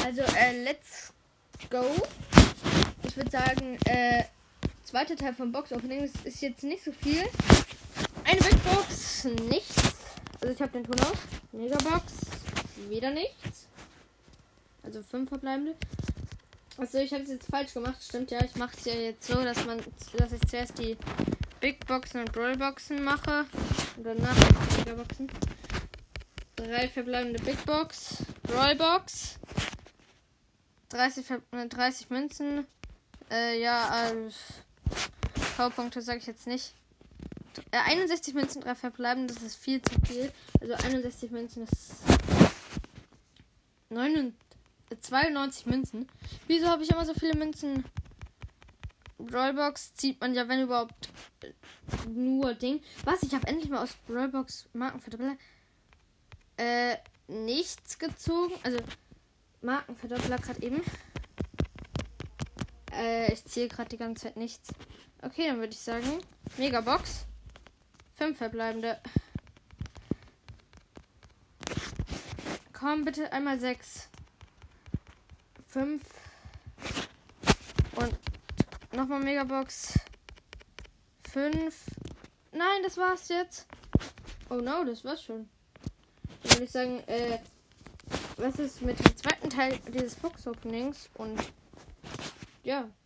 Also, let's go. Ich würde sagen, zweiter Teil vom Box-Opening. Das ist jetzt nicht so viel. Eine Big Box, nichts. Also ich habe den Ton aus. Megabox, wieder nichts. Also 5 verbleibende. Also ich habe es jetzt falsch gemacht. Stimmt ja, ich mache es ja jetzt so, dass ich zuerst die Big Boxen und Brawl Boxen mache. Und danach die Megaboxen. 3 verbleibende Big Box. Brawl Box. 30 Münzen. Powerpunkte sage ich jetzt nicht. 61 Münzen, 3 verbleiben, das ist viel zu viel. Also 61 Münzen ist 92 Münzen. Wieso habe ich immer so viele Münzen? Brawlbox zieht man ja, wenn überhaupt, nur Ding. Was? Ich habe endlich mal aus Brawlbox Markenverdoppler nichts gezogen. Also Markenverdoppler gerade eben. Ich ziehe gerade die ganze Zeit nichts. Okay, dann würde ich sagen, Megabox. 5 verbleibende. Komm, bitte einmal 6. 5. Und nochmal Megabox. 5. Nein, das war's jetzt. Oh no, das war's schon. Dann würde ich sagen, was ist mit dem zweiten Teil dieses Box-Openings? Und ja.